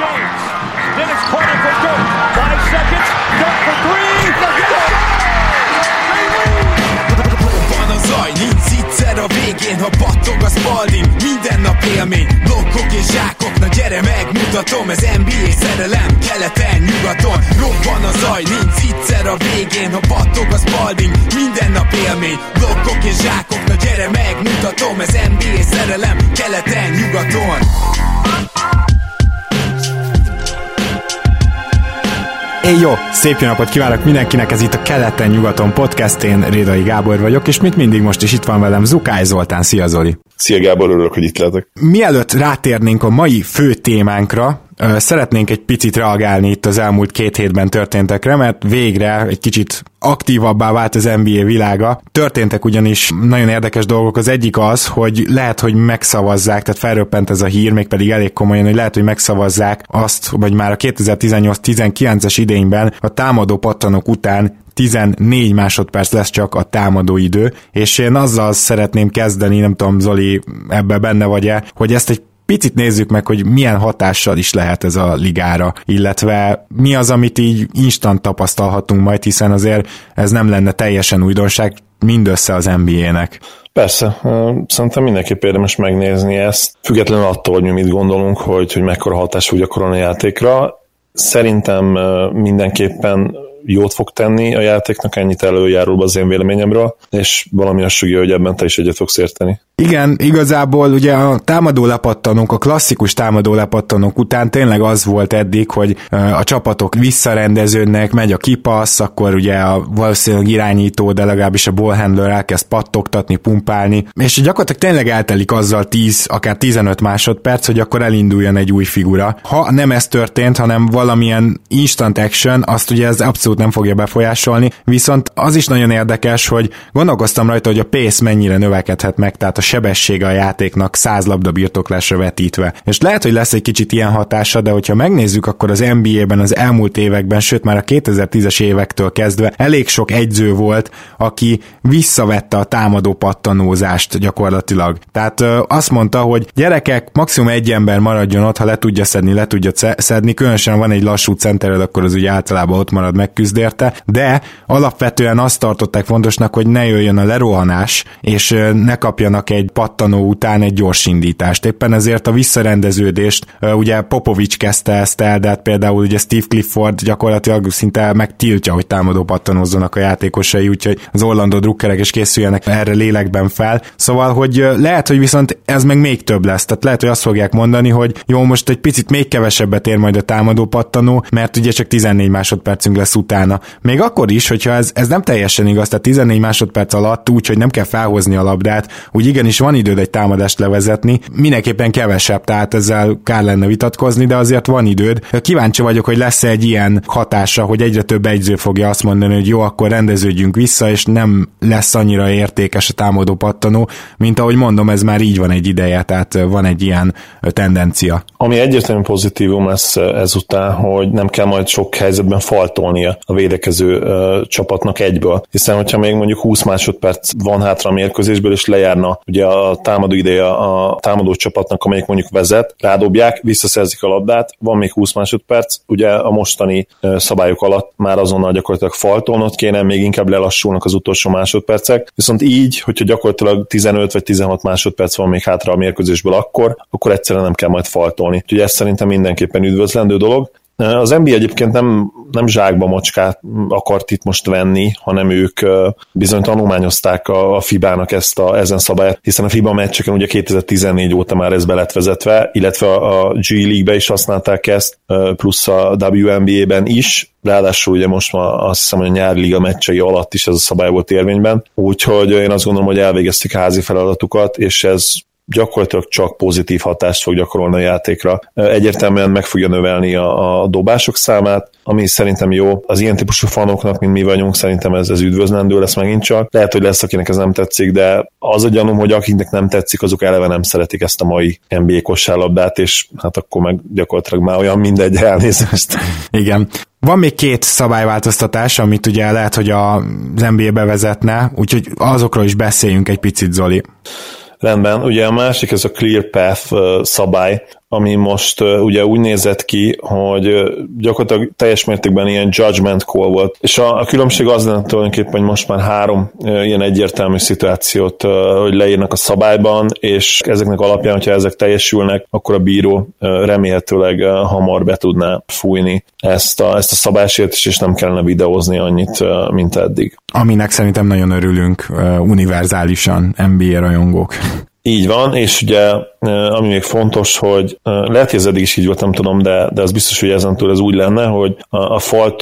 James. Dennis corner for Dirk. 5 seconds. Dirk for 3. Van a zaj, nincs egyszer a végén, ha battog a Spalding, minden nap élmény, blokkok és zsákok, na gyere megmutatom, ez NBA szerelem, keleten, nyugaton, robban a zaj, nincs egyszer a végén, ha battog a Spalding, minden nap élmény, blokkok és zsákok, na gyere megmutatom, ez NBA szerelem, keleten, nyugaton. Jó, szép jó napot kívánok mindenkinek, ez itt a Keleten-nyugaton podcast, én Rédai Gábor vagyok, és mint mindig most is itt van velem Zukály Zoltán. Szia Zoli! Szia Gábor, örülök, hogy itt lehetek. Mielőtt rátérnénk a mai fő témánkra, szeretnénk egy picit reagálni itt az elmúlt 2 hétben történtekre, mert végre egy kicsit aktívabbá vált az NBA világa. Történtek ugyanis nagyon érdekes dolgok. Az egyik az, hogy lehet, hogy megszavazzák, tehát felröppent ez a hír, mégpedig elég komolyan, hogy lehet, hogy megszavazzák azt, hogy már a 2018-19-es idényben a támadó pattanok után 14 másodperc lesz csak a támadó idő, és én azzal szeretném kezdeni, nem tudom, Zoli, ebbe benne vagy-e, hogy ezt egy picit nézzük meg, hogy milyen hatással is lehet ez a ligára, illetve mi az, amit így instant tapasztalhatunk majd, hiszen azért ez nem lenne teljesen újdonság mindössze az NBA-nek. Persze, szerintem mindenképp érdemes megnézni ezt, függetlenül attól, hogy mi mit gondolunk, hogy mekkora hatás fog gyakorolni a játékra. Szerintem mindenképpen jót fog tenni a játéknak, ennyit előjárul az én véleményemről, és valami azt sugja, hogy ebben te is egyet fogsz érteni. Igen, igazából ugye a támadó lepattanók, a klasszikus támadó lepattanók után tényleg az volt eddig, hogy a csapatok visszarendeződnek, megy a kipassz, akkor ugye a valószínűleg irányító, de legalábbis a ballhandler elkezd pattogtatni, pumpálni, és gyakorlatilag tényleg eltelik azzal 10, akár 15 másodperc, hogy akkor elinduljon egy új figura. Ha nem ez történt, hanem valamilyen instant action, azt ugye ez abszolút nem fogja befolyásolni, viszont az is nagyon érdekes, hogy gondolkoztam rajta, hogy a pace mennyire növekedhet meg, tehát a sebessége a játéknak 100 labda birtoklásra vetítve. És lehet, hogy lesz egy kicsit ilyen hatása, de hogyha megnézzük, akkor az NBA-ben az elmúlt években, sőt már a 2010-es évektől kezdve elég sok edző volt, aki visszavette a támadó pattanózást gyakorlatilag. Tehát azt mondta, hogy gyerekek, maximum egy ember maradjon ott, ha le tudja szedni, különösen van egy lassú centered, akkor az ugye általában ott marad, megküzd érte, de alapvetően azt tartották fontosnak, hogy ne jöjjön a lerohanás, és ne kapjanak egy pattanó után egy gyors indítást. Éppen ezért a visszarendeződést, ugye Popovics kezdte ezt el, de hát például ugye Steve Clifford gyakorlatilag szinte megtiltja, hogy támadó pattanózzanak a játékosai, úgyhogy az Orlando drukkerek is készüljenek erre lélekben fel. Szóval, hogy lehet, hogy viszont ez meg még több lesz. Tehát lehet, hogy azt fogják mondani, hogy jó, most egy picit még kevesebbet ér majd a támadó pattanó, mert ugye csak 14 másodpercünk lesz utána. Még akkor is, hogyha ez nem teljesen igaz, tehát 14 másodperc alatt úgy, hogy nem kell felhozni a labdát, úgy igenis van időd egy támadást levezetni, mindenképpen kevesebb, tehát ezzel kár lenne vitatkozni, de azért van időd. Kíváncsi vagyok, hogy lesz egy ilyen hatása, hogy egyre több edző fogja azt mondani, hogy jó, akkor rendeződjünk vissza, és nem lesz annyira értékes a támadó pattanó, mint ahogy mondom, ez már így van egy ideje, tehát van egy ilyen tendencia. Ami egyértelműen pozitívum lesz ezután, hogy nem kell majd sok helyzetben faltolnia a védekező csapatnak egyből, hiszen hogyha még mondjuk 20 másodperc van hátra a mérkőzésből, és lejárna ugye a támadó ideje a támadó csapatnak, amelyik mondjuk vezet, rádobják, visszaszerzik a labdát, van még 20 másodperc, ugye a mostani szabályok alatt már azonnal gyakorlatilag faltolnod kéne, még inkább lelassulnak az utolsó másodpercek, viszont így, hogyha gyakorlatilag 15 vagy 16 másodperc van még hátra a mérkőzésből akkor egyszerűen nem kell majd faltolni. Úgyhogy ez szerintem mindenképpen üdvözlendő dolog. Az NBA egyébként nem zsákba macskát akart itt most venni, hanem ők bizony tanulmányozták a FIBA-nak ezen szabályát, hiszen a FIBA meccseken ugye 2014 óta már ez be lett vezetve, illetve a G League-be is használták ezt, plusz a WNBA-ben is, ráadásul ugye most már azt hiszem, hogy a nyári liga meccsei alatt is ez a szabály volt érvényben, úgyhogy én azt gondolom, hogy elvégezték a házi feladatukat, és ez gyakorlatilag csak pozitív hatást fog gyakorolni a játékra. Egyértelműen meg fogja növelni a dobások számát, ami szerintem jó. Az ilyen típusú fanoknak, mint mi vagyunk, szerintem ez üdvözlendő lesz megint csak. Lehet, hogy lesz, akinek ez nem tetszik, de az a gyanúm, hogy akiknek nem tetszik, azok eleve nem szeretik ezt a mai NBA kosárlabdát, és hát akkor meg gyakorlatilag már olyan mindegy, elnézést. Igen. Van még 2 szabályváltoztatás, amit ugye lehet, hogy az NBA bevezetne, úgyhogy azokról is beszéljünk egy picit, Zoli. Rendben, ugye a másik ez a Clear Path szabály, ami most ugye úgy nézett ki, hogy gyakorlatilag teljes mértékben ilyen judgment call volt. És a különbség az lenne tulajdonképpen, hogy most már 3 ilyen egyértelmű szituációt, hogy leírnak a szabályban, és ezeknek alapján, hogyha ezek teljesülnek, akkor a bíró remélhetőleg hamar be tudná fújni ezt a szabálysértést, és nem kellene videózni annyit, mint eddig. Aminek szerintem nagyon örülünk univerzálisan NBA rajongók. Így van, és ugye ami még fontos, hogy lehet, hogy ez eddig is így volt, nem tudom, de az biztos, hogy ezentúl ez úgy lenne, hogy a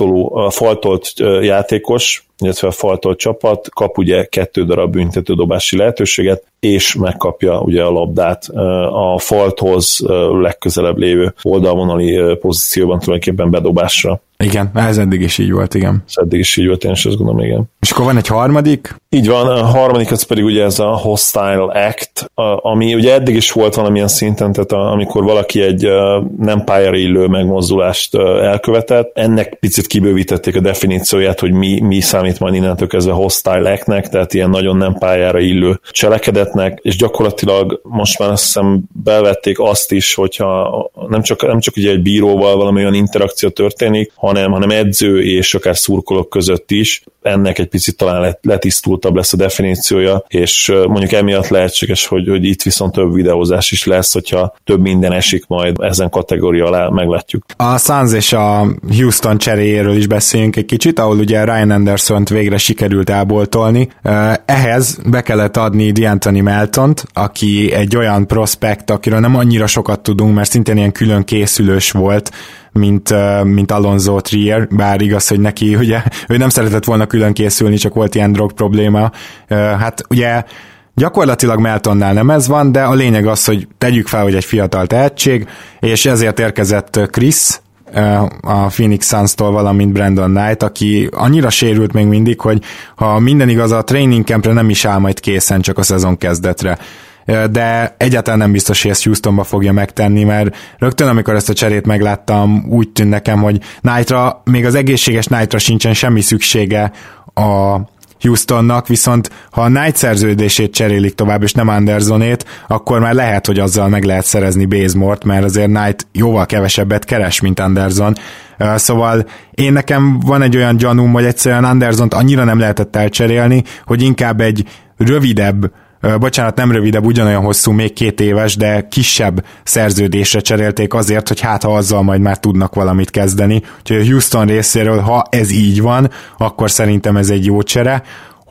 faltolt játékos, illetve a faltolt csapat kap ugye 2 darab büntetődobási lehetőséget, és megkapja ugye a labdát a falthoz legközelebb lévő oldalvonali pozícióban tulajdonképpen bedobásra. Igen, ez eddig is így volt, igen. Ez eddig is így volt, én is azt gondolom, igen. És akkor van egy harmadik? Így van, a harmadik az pedig ugye ez a hostile act, ami ugye eddig is volt valamilyen szinten, tehát amikor valaki egy nem pályára illő megmozdulást elkövetett, ennek picit kibővítették a definícióját, hogy mi számít majd innentől kezdve hostile actnek, tehát ilyen nagyon nem pályára illő cselekedetnek, és gyakorlatilag most már azt hiszem bevették azt is, hogyha nem csak ugye egy bíróval valami olyan interakció történik, hanem edző és akár szurkolók között is, ennek egy picit talán letisztultabb lesz a definíciója, és mondjuk emiatt lehetséges, hogy itt viszont több videózás is lesz, hogyha több minden esik, majd ezen kategória alá meglátjuk. A Suns és a Houston cseréjéről is beszéljünk egy kicsit, ahol ugye Ryan Andersont végre sikerült elboltolni. Ehhez be kellett adni D'Anthony Meltont, aki egy olyan prospekt, akiről nem annyira sokat tudunk, mert szintén ilyen külön készülős volt, mint Alonzo Trier, bár igaz, hogy neki ugye, ő nem szeretett volna külön készülni, csak volt ilyen drog probléma. Hát ugye gyakorlatilag Meltonnál nem ez van, de a lényeg az, hogy tegyük fel, hogy egy fiatal tehetség, és ezért érkezett Chris a Phoenix Suns-tól, valamint Brandon Knight, aki annyira sérült még mindig, hogy ha minden igaz, a training campre nem is áll majd készen, csak a szezon kezdetre. De egyáltalán nem biztos, hogy ezt Houstonba fogja megtenni, mert rögtön, amikor ezt a cserét megláttam, úgy tűnt nekem, hogy Knightra, még az egészséges Knightra sincsen semmi szüksége a Houstonnak, viszont ha a Knight szerződését cserélik tovább, és nem Andersonét, akkor már lehet, hogy azzal meg lehet szerezni Bazemore-t, mert azért Knight jóval kevesebbet keres, mint Anderson. Szóval én nekem van egy olyan gyanúm, hogy egyszerűen Andersont annyira nem lehetett elcserélni, hogy inkább egy rövidebb, nem rövidebb, ugyanolyan hosszú, még 2 éves, de kisebb szerződésre cserélték azért, hogy hát ha azzal majd már tudnak valamit kezdeni. Úgyhogy a Houston részéről, ha ez így van, akkor szerintem ez egy jó csere.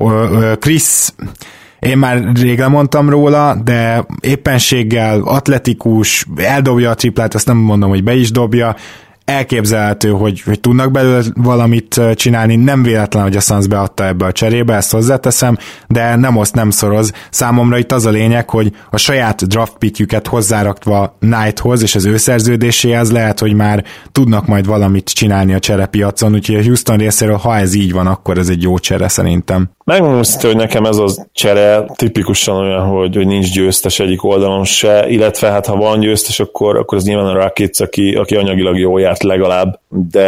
Chris, én már rég lemondtam róla, de éppenséggel atletikus, eldobja a triplát, azt nem mondom, hogy be is dobja, elképzelhető, hogy tudnak belőle valamit csinálni, nem véletlen, hogy a Suns beadta ebbe a cserébe, ezt hozzáteszem, de nem oszt, nem szoroz. Számomra itt az a lényeg, hogy a saját draft pickjüket hozzáraktva Knighthoz és az ő szerződéséhez lehet, hogy már tudnak majd valamit csinálni a cserepiacon, úgyhogy a Houston részéről, ha ez így van, akkor ez egy jó csere szerintem. Megmondom szintén, hogy nekem ez a csere tipikusan olyan, hogy nincs győztes egyik oldalon se, illetve hát ha van győztes, akkor az nyilván a Rockets, aki anyagilag jól járt legalább,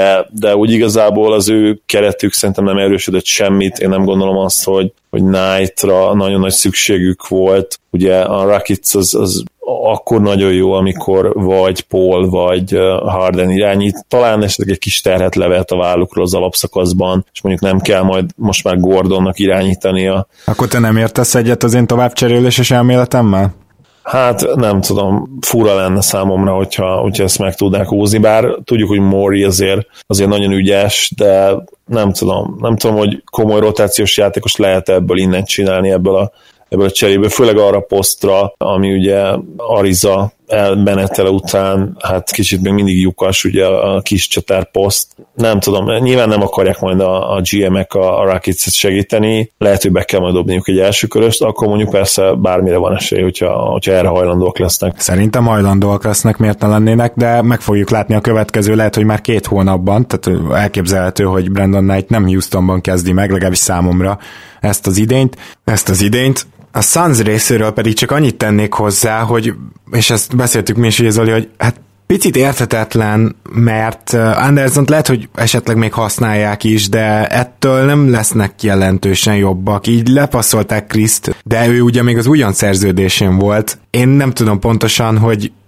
de úgy igazából az ő keretük szerintem nem erősödött semmit, én nem gondolom azt, hogy Knightra nagyon nagy szükségük volt. Ugye a Rockets az akkor nagyon jó, amikor vagy Paul, vagy Harden irányít. Talán esetleg egy kis terhet levehet a vállukról az alapszakaszban, és mondjuk nem kell majd most már Gordonnak irányítania. Akkor te nem értesz egyet az én továbbcseréléses elméletemmel? Hát nem tudom, fura lenne számomra, hogyha ezt meg tudnák húzni, bár tudjuk, hogy Morey azért nagyon ügyes, de nem tudom, hogy komoly rotációs játékos lehet ebből innen csinálni, ebből a cseréből, főleg arra posztra, ami ugye Ariza elmenetele után, hát kicsit még mindig lyukas ugye a kis csatár poszt. Nem tudom, nyilván nem akarják majd a GM-ek a Rockets-et segíteni, lehet, hogy be kell majd dobniuk egy első köröst, akkor mondjuk persze bármire van esély, hogyha erre hajlandóak lesznek. Szerintem hajlandóak lesznek, miért ne lennének, de meg fogjuk látni a következő, lehet, hogy már 2 hónapban, tehát elképzelhető, hogy Brandon Knight nem Houstonban kezdi meg, legalábbis számomra ezt az idényt. A Suns részéről pedig csak annyit tennék hozzá, hogy, és ezt beszéltük mi is, Zoli, hogy hát picit érthetetlen, mert Andersont lehet, hogy esetleg még használják is, de ettől nem lesznek jelentősen jobbak. Így lepasszolták Christ, de ő ugye még az ugyan szerződésén volt. Én nem tudom pontosan, hogy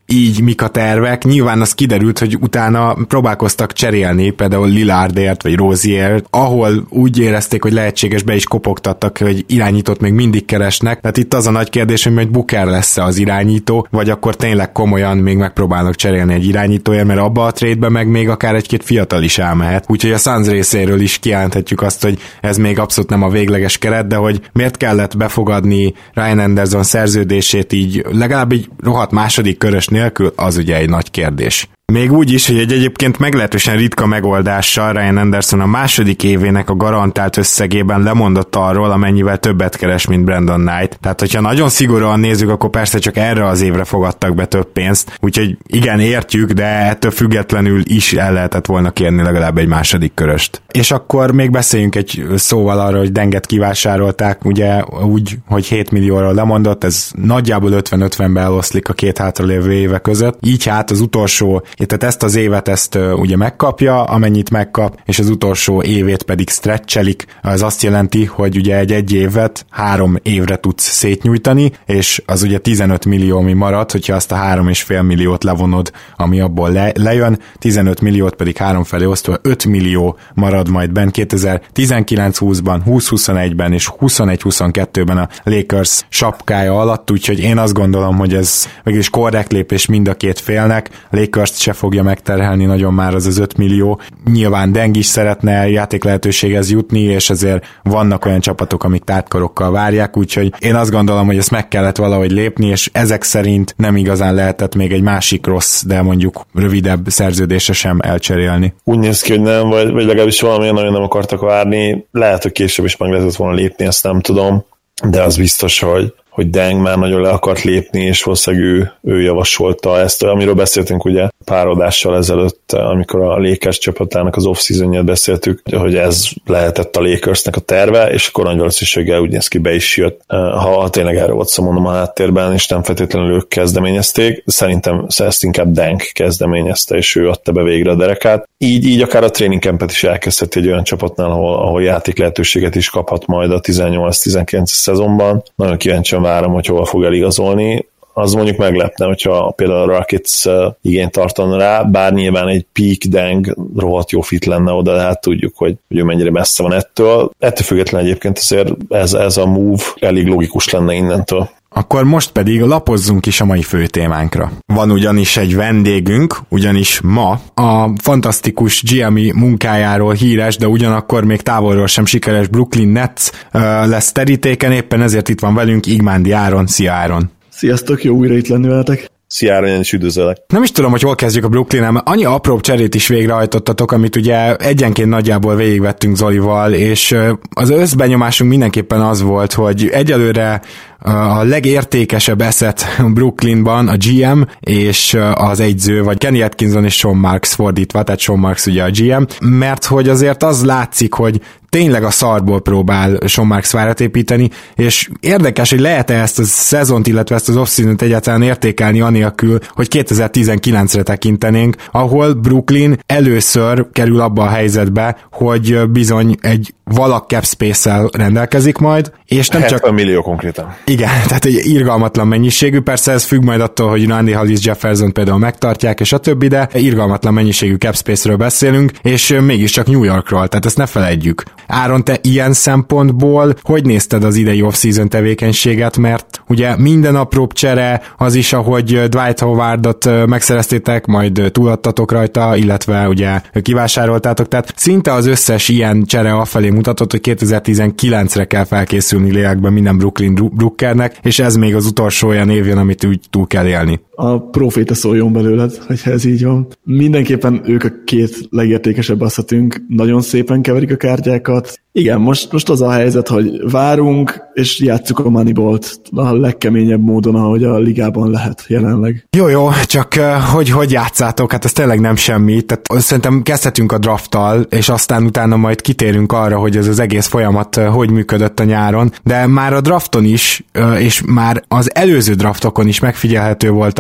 így mik a tervek. Nyilván az kiderült, hogy utána próbálkoztak cserélni, például Lillardért vagy Rozierért, ahol úgy érezték, hogy lehetséges, be is kopogtattak, hogy irányítót még mindig keresnek. Tehát itt az a nagy kérdés, hogy majd Booker lesz az irányító, vagy akkor tényleg komolyan még megpróbálnak cserélni egy irányítóért, mert abba a trade-be meg még akár egy-két fiatal is elmehet. Úgyhogy a Suns részéről is kijelenthetjük azt, hogy ez még abszolút nem a végleges keret, de hogy miért kellett befogadni Ryan Anderson szerződését így legalább egy rohadt második körös nélkül, az ugye egy nagy kérdés. Még úgy is, hogy egy egyébként meglehetősen ritka megoldással Ryan Anderson a második évének a garantált összegében lemondott arról, amennyivel többet keres, mint Brandon Knight. Tehát, hogyha nagyon szigorúan nézzük, akkor persze csak erre az évre fogadtak be több pénzt. Úgyhogy igen, értjük, de ettől függetlenül is el lehetett volna kérni legalább egy második köröst. És akkor még beszéljünk egy szóval arra, hogy Denget kivásárolták, ugye úgy, hogy 7 millióról lemondott, ez nagyjából 50-50-be eloszlik a két hátralévő éve között. Így hát az utolsó, tehát ezt az évet ugye megkapja, amennyit megkap, és az utolsó évét pedig stretchelik. Ez azt jelenti, hogy ugye egy évet 3 évre tudsz szétnyújtani, és az ugye 15 millió, ami marad, hogyha azt a 3,5 milliót levonod, ami abból lejön, 15 milliót pedig 3 felé osztva 5 millió marad majd benn 2019-20-ban, 20-21-ben és 21-22-ben a Lakers sapkája alatt, úgyhogy én azt gondolom, hogy ez mégis korrekt lépés mind a két félnek. A Lakers se fogja megterhelni nagyon már az 5 millió. Nyilván Deng is szeretne játék lehetőséghez jutni, és ezért vannak olyan csapatok, amik tártkorokkal várják, úgyhogy én azt gondolom, hogy ezt meg kellett valahogy lépni, és ezek szerint nem igazán lehetett még egy másik rossz, de mondjuk rövidebb szerződésre sem elcserélni. Úgy néz ki, hogy nem, vagy legalábbis valamilyen nagyon nem akartak várni. Lehet, hogy később is meg lehetett volna lépni, ezt nem tudom, de az biztos, hogy Deng már nagyon le akart lépni, és valószínűleg ő javasolta ezt, amiről beszéltünk ugye pár adással ezelőtt, amikor a Lakers csapatának az off-seasonját beszéltük, hogy ez lehetett a Lakersnek a terve, és akkor nagy valószínűséggel úgy néz ki, be is jött. Ha tényleg erről volt szó, mondom, a háttérben, és nem feltétlenül ők kezdeményezték, szerintem ezt inkább Deng kezdeményezte, és ő adta be végre a derekát. Így akár a training campet is elkezdheti egy olyan csapatnál, ahol játék lehetőséget is kaphat majd a 18-19 szezonban. Nagyon kíváncsian várom, hogy hova fog eligazolni. Az mondjuk meglepne, hogyha például a Rockets igényt tartana rá, bár nyilván egy peak Deng rohadt jó fit lenne oda, de hát tudjuk, hogy ő mennyire messze van ettől. Ettől függetlenül egyébként azért ez a move elég logikus lenne innentől. Akkor most pedig lapozzunk is a mai fő témánkra. Van ugyanis egy vendégünk, ugyanis ma a fantasztikus GM-i munkájáról híres, de ugyanakkor még távolról sem sikeres Brooklyn Nets lesz terítéken, éppen ezért itt van velünk Igmándi Áron. Szia Áron! Sziasztok, jó újra itt lenni veletek! Szia Áron, én is üdvözöllek! Nem is tudom, hogy hol kezdjük a Brooklyn-en, mert annyi apróbb cserét is végrehajtottatok, amit ugye egyenként nagyjából végigvettünk Zolival, és az összbenyomásunk mindenképpen az volt, hogy egyelőre a legértékesebb asset Brooklynban a GM és az egyző, vagy Kenny Atkinson és Sean Marks fordítva, tehát Sean Marks ugye a GM, mert hogy azért az látszik, hogy tényleg a szarból próbál Sean Marks várat építeni, és érdekes, hogy lehet-e ezt a szezont, illetve ezt az off-seasont egyáltalán értékelni anélkül, hogy 2019-re tekintenénk, ahol Brooklyn először kerül abba a helyzetbe, hogy bizony egy valak cap space-el rendelkezik majd, és nem 70 csak... millió konkrétan. Igen, tehát egy irgalmatlan mennyiségű, persze ez függ majd attól, hogy Randy Hollis Jefferson például megtartják, és a többi, de irgalmatlan mennyiségű cap space-ről beszélünk, és mégiscsak New Yorkról, tehát ezt ne felejtjük. Áron, te ilyen szempontból hogy nézted az idei off-season tevékenységet, mert ugye minden apróbb csere, az is, ahogy Dwight Howardot megszereztétek, majd túladtatok rajta, illetve ugye kivásároltátok, tehát szinte az összes ilyen csere afelé mutatott, hogy 2019-re kell felkészülni lélekben minden Brooklyn Brookernek, és ez még az utolsó olyan év jön, amit úgy túl kell élni. A proféta szóljon belőled, hogyha ez így van. Mindenképpen ők a két legértékesebb asszetünk, nagyon szépen keverik a kártyákat. Igen, most az a helyzet, hogy várunk, és játsszuk a Moneyballt a legkeményebb módon, ahogy a ligában lehet jelenleg. Jó, csak hogy játszátok? Hát ez tényleg nem semmi. Tehát szerintem kezdhetünk a drafttal, és aztán utána majd kitérünk arra, hogy ez az egész folyamat hogy működött a nyáron, de már a drafton is, és már az előző draftokon is megfigyelhető volt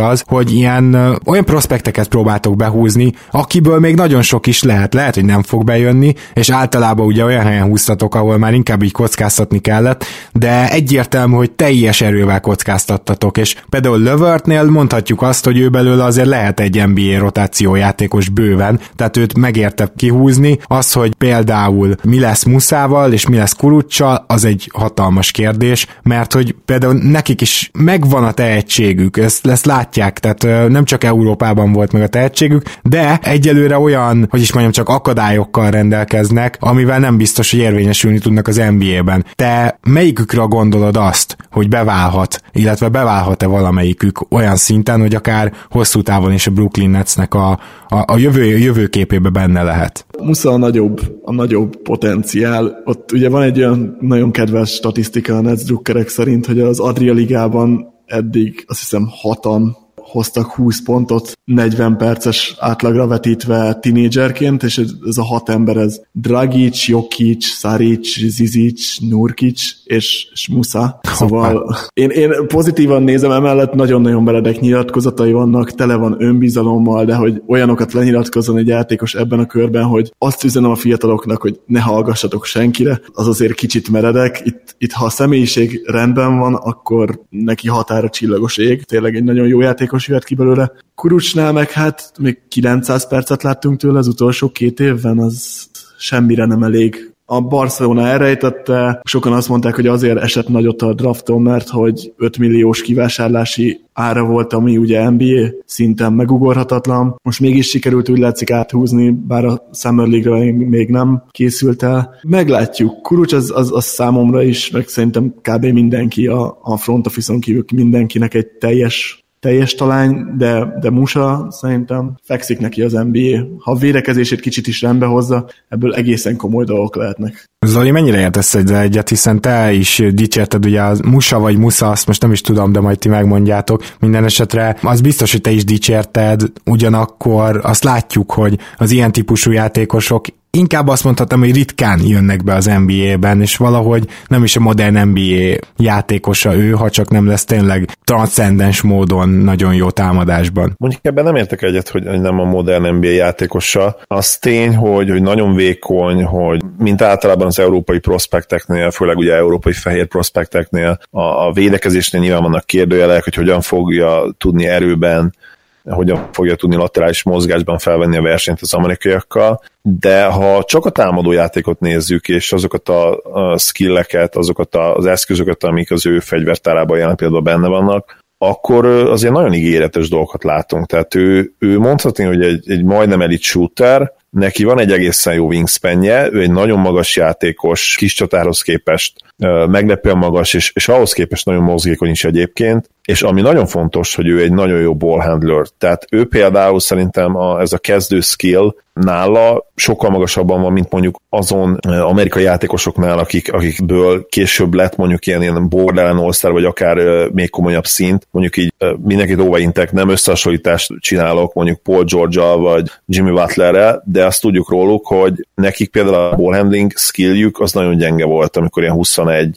az, hogy ilyen olyan prospekteket próbáltok behúzni, akiből még nagyon sok is lehet, hogy nem fog bejönni, és általában ugye olyan helyen húztatok, ahol már inkább így kockáztatni kellett, de egyértelmű, hogy teljes erővel kockáztattatok, és például Levertnél mondhatjuk azt, hogy ő belőle azért lehet egy NBA rotációjátékos bőven, tehát őt megérte kihúzni. Az, hogy például mi lesz Musával és mi lesz Kuruccsal, az egy hatalmas kérdés, mert hogy például nekik is megvan a tehetségük, ezt látják, tehát nem csak Európában volt meg a tehetségük, de egyelőre olyan, hogy is mondjam, csak akadályokkal rendelkeznek, amivel nem biztos, hogy érvényesülni tudnak az NBA-ben. Te melyikükre gondolod azt, hogy beválhat, illetve beválhat-e valamelyikük olyan szinten, hogy akár hosszú távon is a Brooklyn Netsnek a jövőképébe benne lehet? Musza a nagyobb potenciál. Ott ugye van egy olyan nagyon kedves statisztika a Nets drukkerek szerint, hogy az Adria Ligában eddig azt hiszem 6-an hoztak 20 pontot 40 perces átlagra vetítve tínédzserként, és ez a 6 ember, ez Dragic, Jokic, Saric, Zizic, Nurkic és Musa. Szóval én pozitívan nézem, emellett nagyon-nagyon meredek nyilatkozatai vannak, tele van önbizalommal, de hogy olyanokat lenyilatkozzon egy játékos ebben a körben, hogy azt üzenem a fiataloknak, hogy ne hallgassatok senkire, az azért kicsit meredek. Itt ha a személyiség rendben van, akkor neki határa csillagos ég, tényleg egy nagyon jó játékos jöhet ki belőle. Kurucsnál meg hát még 900 percet láttunk tőle az utolsó 2 évben, az semmire nem elég. A Barcelona elrejtette, sokan azt mondták, hogy azért esett nagyot a drafton, mert hogy 5 milliós kivásárlási ára volt, ami ugye NBA szinten megugorhatatlan. Most mégis sikerült úgy látszik áthúzni, bár a Summer League-ra még nem készült el. Meglátjuk. Kurucs az számomra is, meg szerintem kb. Mindenki a front office-on kívül mindenkinek egy teljes talány, de Musa szerintem fekszik neki az NBA. Ha a védekezését kicsit is rendbe hozza, ebből egészen komoly dolgok lehetnek. Zoli, mennyire értesz egyet, hiszen te is dicsérted, ugye a Musa vagy Musza, azt most nem is tudom, de majd ti megmondjátok. Minden esetre az biztos, hogy te is dicsérted, ugyanakkor azt látjuk, hogy az ilyen típusú játékosok inkább azt mondhatom, hogy ritkán jönnek be az NBA-ben, és valahogy nem is a modern NBA játékosa ő, ha csak nem lesz tényleg transzcendens módon nagyon jó támadásban. Mondjuk ebben nem értek egyet, hogy nem a modern NBA játékosa. Az tény, hogy nagyon vékony, hogy mint általában az európai prospekteknél, főleg ugye európai fehér prospekteknél, a védekezésnél nyilván vannak kérdőjelek, hogy hogyan fogja tudni erőben, hogyan fogja tudni laterális mozgásban felvenni a versenyt az amerikaiakkal, de ha csak a támadó játékot nézzük, és azokat a skilleket, azokat az eszközöket, amik az ő fegyvertárában jelen például benne vannak, akkor azért nagyon ígéretes dolgokat látunk. Tehát ő mondhatni, hogy egy majdnem elit shooter, neki van egy egészen jó wingspanje, ő egy nagyon magas játékos, kis csatárhoz képest meglepően magas, és ahhoz képest nagyon mozgékony is egyébként, és ami nagyon fontos, hogy ő egy nagyon jó ballhandler, tehát ő például szerintem ez a kezdő skill nála sokkal magasabban van, mint mondjuk azon amerikai játékosoknál, akikből később lett mondjuk ilyen borderline all-star, vagy akár még komolyabb szint, mondjuk így mindenkit óvaintek, nem összehasonlítást csinálok mondjuk Paul George-al, vagy Jimmy Butlerrel, de azt tudjuk róluk, hogy nekik például a ballhandling skilljük az nagyon gyenge volt, amikor ilyen 21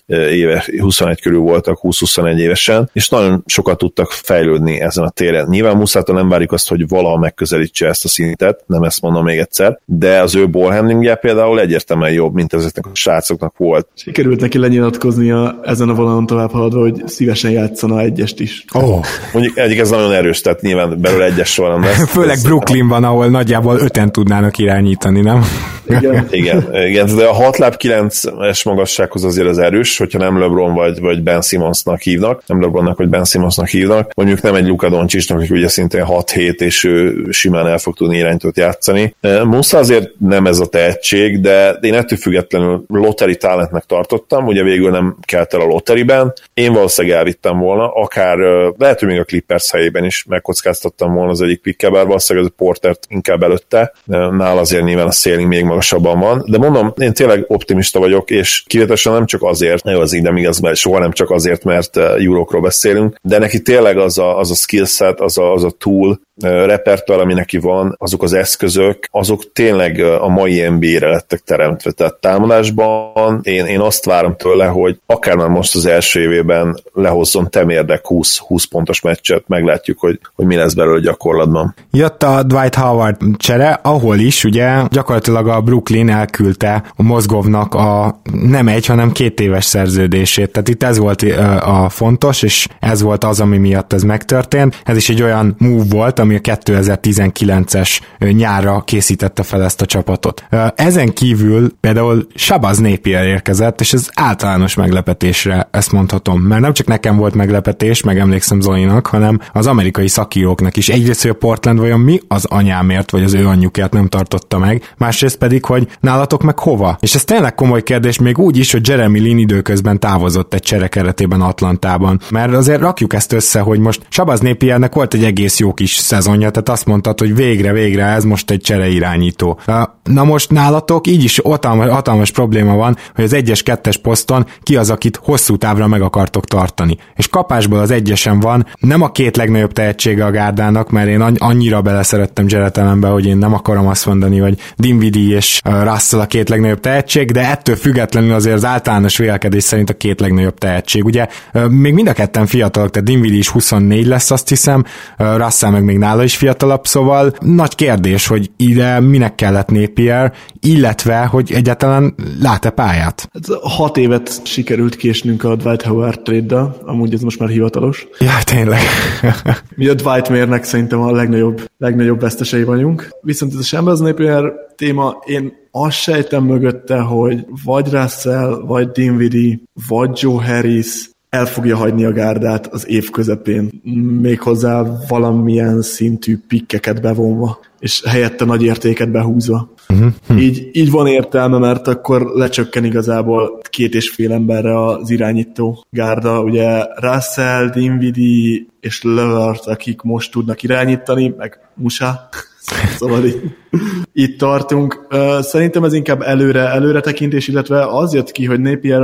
körül voltak, 20-21 évesen, és nagyon sokat tudtak fejlődni ezen a téren. Nyilván Muszától nem várjuk azt, hogy valaha megközelítse ezt a szintet, nem ezt mondom még egyszer, de az ő ballhandlingje például egyértelműen jobb, mint ezeknek a srácoknak volt. Sikerült neki lenyilatkoznia ezen a vonalon tovább haladva, hogy szívesen játszana egyest is. Mondjuk egyik ez nagyon erős, tehát nyilván belőle egyes soha nem lesz. Főleg Brooklynban, ahol nagyjából 5-en tudnának irányítani, nem? Igen, de a 6 láb 9-es magassághoz azért az erős, hogyha nem LeBron vagy Ben Simmonsnak hívnak, nem LeBronnak vagy Ben Simmonsnak hívnak, mondjuk nem egy Luka Doncicnak, aki ugye szintén 6-7, és ő simán el fog tudni irányítót játszani. Musa azért nem ez a tehetség, de én ettől függetlenül lottery talentnek tartottam, ugye végül nem kelt el a lotteryben, én valószínűleg elvittem volna, akár lehet, hogy még a Clippers helyében is megkockáztattam volna az egyik pickkel, bár valószínűleg az a Portert inkább előtte, nála azért nyilván a ceiling még magasabban van, de mondom, én tényleg optimista vagyok, és kivételesen nem csak azért, az így nem igaz, mert soha nem csak azért, mert eurókról beszélünk, de neki tényleg az a skillset, az a tool, repertoár, ami neki van, azok az eszközök, azok tényleg a mai NBA-re lettek teremtve. Tehát támadásban én azt várom tőle, hogy akár már most az első évében lehozzon temérdek 20 pontos meccset, meglátjuk, hogy mi lesz belőle gyakorlatban. Jött a Dwight Howard csere, ahol is ugye gyakorlatilag a Brooklyn elküldte a Mozgovnak a nem egy, hanem 2 éves szerződését. Tehát itt ez volt a fontos, és ez volt az, ami miatt ez megtörtént. Ez is egy olyan move volt, ami a 2019-es nyárra készítette fel ezt a csapatot. Ezen kívül például Shabazz Napier érkezett, és ez általános meglepetésre ezt mondhatom, mert nem csak nekem volt meglepetés, meg emlékszem Zolinak, hanem az amerikai szakíróknak is. Egyrészt, hogy a Portland vajon mi az anyámért, vagy az ő anyjukért nem tartotta meg, másrészt pedig, hogy nálatok meg hova? És ez tényleg komoly kérdés, még úgy is, hogy Jeremy Lin időközben távozott egy csere keretében Atlantában. Mert azért rakjuk ezt össze, hogy most Shabazz Napiernek volt egy egész jó kis szezonja, tehát azt mondtad, hogy végre ez most egy csere irányító. Na most nálatok így is hatalmas probléma van, hogy az 1-2-es poszton ki az, akit hosszú távra meg akartok tartani. És kapásból az 1-esen van, nem a 2 legnagyobb tehetsége a gárdának, mert én annyira beleszerettem Jarrett Allenbe, hogy én nem akarom azt mondani, hogy Dinwiddie és Russell a 2 legnagyobb tehetség, de ettől függetlenül azért az általános vélkedés szerint a 2 legnagyobb tehetség. Ugye még mind a ketten fiatalok, tehát Dinwiddie is 24 lesz, azt hiszem, Russell meg még nála is fiatalabb, szóval nagy kérdés, hogy ide minek kellett Napier, illetve, hogy egyáltalán lát-e pályát? 6 évet sikerült késnünk a Dwight Howard trade-del, amúgy ez most már hivatalos. Ja, tényleg. Mi a Dwight mérnek szerintem a legnagyobb vesztesei vagyunk. Viszont ez a Shabazz Napier téma, én azt sejtem mögötte, hogy vagy Russell, vagy Dinwiddie, vagy Joe Harris el fogja hagyni a gárdát az év közepén, méghozzá valamilyen szintű pikkeket bevonva, és helyette nagy értéket behúzva. Így van értelme, mert akkor lecsökken igazából 2,5 emberre az irányító gárda. Ugye Russell, Dinwiddie és Levert, akik most tudnak irányítani, meg Musa. Szóval itt tartunk. Szerintem ez inkább előre tekintés, illetve az jött ki, hogy Napier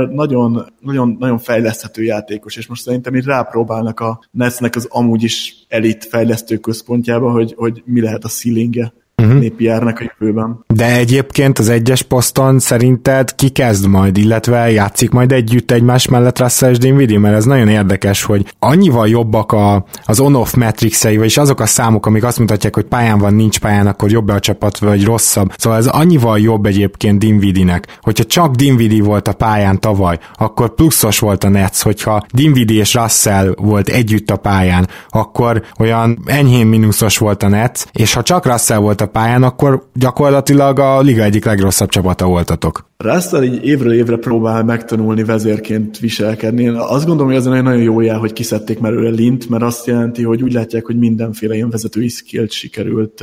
nagyon fejleszthető játékos, és most szerintem itt rápróbálnak a Netsnek az amúgy is elit fejlesztő központjába, hogy mi lehet a ceilingje Napiernek a jövőben. De egyébként az 1-es poszton szerinted ki kezd majd, illetve játszik majd együtt egymás mellett Russell és Dinwiddie, mert ez nagyon érdekes, hogy annyival jobbak az on-off metrixei, vagyis azok a számok, amik azt mutatják, hogy pályán van, nincs pályán, akkor jobb-e a csapat, vagy rosszabb. Szóval ez annyival jobb egyébként Dinwiddie-nek. Hogyha csak Dinwiddie volt a pályán tavaly, akkor pluszos volt a Nets, hogyha Dinwiddie és Russell volt együtt a pályán, akkor olyan enyhén mínuszos volt a Nets, és ha csak Russell volt a pályán, akkor gyakorlatilag a liga egyik legrosszabb csapata voltatok. Russell így évről évre próbál megtanulni vezérként viselkedni. Én azt gondolom, hogy ez egy nagyon jó jel, hogy kiszedték már őre Lint, mert azt jelenti, hogy úgy látják, hogy mindenféle ilyen vezetői skillt sikerült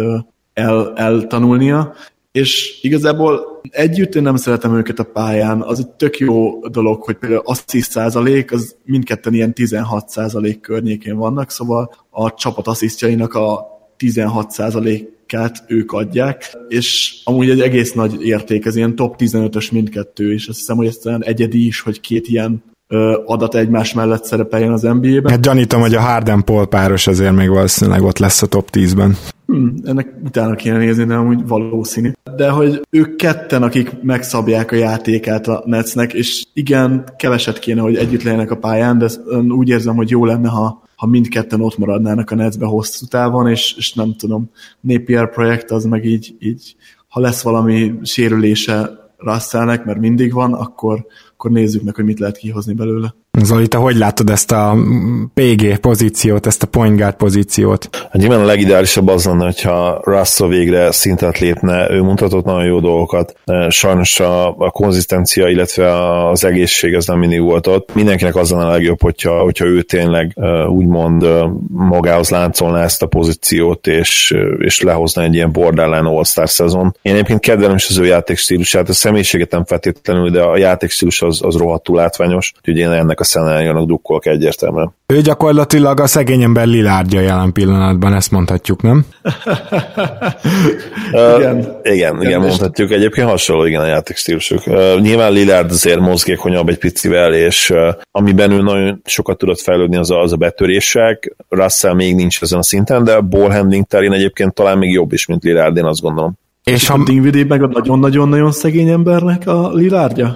eltanulnia, és igazából együtt én nem szeretem őket a pályán. Az egy tök jó dolog, hogy például assziszt százalék, az mindketten ilyen 16% környékén vannak, szóval a csapat asszisztjainak a 16%-át ők adják, és amúgy egy egész nagy érték, ez ilyen top 15-ös mindkettő, és azt hiszem, hogy ez olyan egyedi is, hogy 2 ilyen adat egymás mellett szerepeljen az NBA-ben. Hát gyanítom, hogy a Harden-Paul páros azért még valószínűleg ott lesz a top 10-ben. Ennek utána kéne nézni, de amúgy valószínű. De hogy ők ketten, akik megszabják a játékát a Netsnek, és igen, keveset kéne, hogy együtt legyenek a pályán, de úgy érzem, hogy jó lenne, ha mindketten ott maradnának a Netsbe hosszú távon, és nem tudom, Napier projekt az meg így ha lesz valami sérülése Russellnek, mert mindig van, akkor nézzük meg, hogy mit lehet kihozni belőle. Zoli, te hogy látod ezt a PG pozíciót, ezt a point guard pozíciót? Nyilván a legideálisabb az lenne, hogyha Russell végre szintet lépne, ő mutatott nagyon jó dolgokat. Sajnos a konzisztencia, illetve az egészség az nem mindig volt ott. Mindenkinek az lenne a legjobb, hogyha ő tényleg úgymond magához láncolná ezt a pozíciót, és lehozna egy ilyen borderline all-star szezon. Én egyébként kedvelem is az ő játékstílusát, a személyiséget nem feltétlenül, de a játékstílus az rohadtul látványos, úgyhogy én ennek a szenáriónak drukkolok egyértelműen. Ő gyakorlatilag a szegény ember Lillardja jelen pillanatban, ezt mondhatjuk, nem? Igen, mondhatjuk. Egyébként hasonló, igen, a játékstílusuk. Nyilván Lillard azért mozgékonyabb egy picivel, és amiben ő nagyon sokat tudott fejlődni, az a betörések. Russell még nincs ezen a szinten, de a ball handling terén egyébként talán még jobb is, mint Lillard, én azt gondolom. És ha Dinwiddie meg a nagyon-nagyon-nagyon szegény embernek a Lillardja?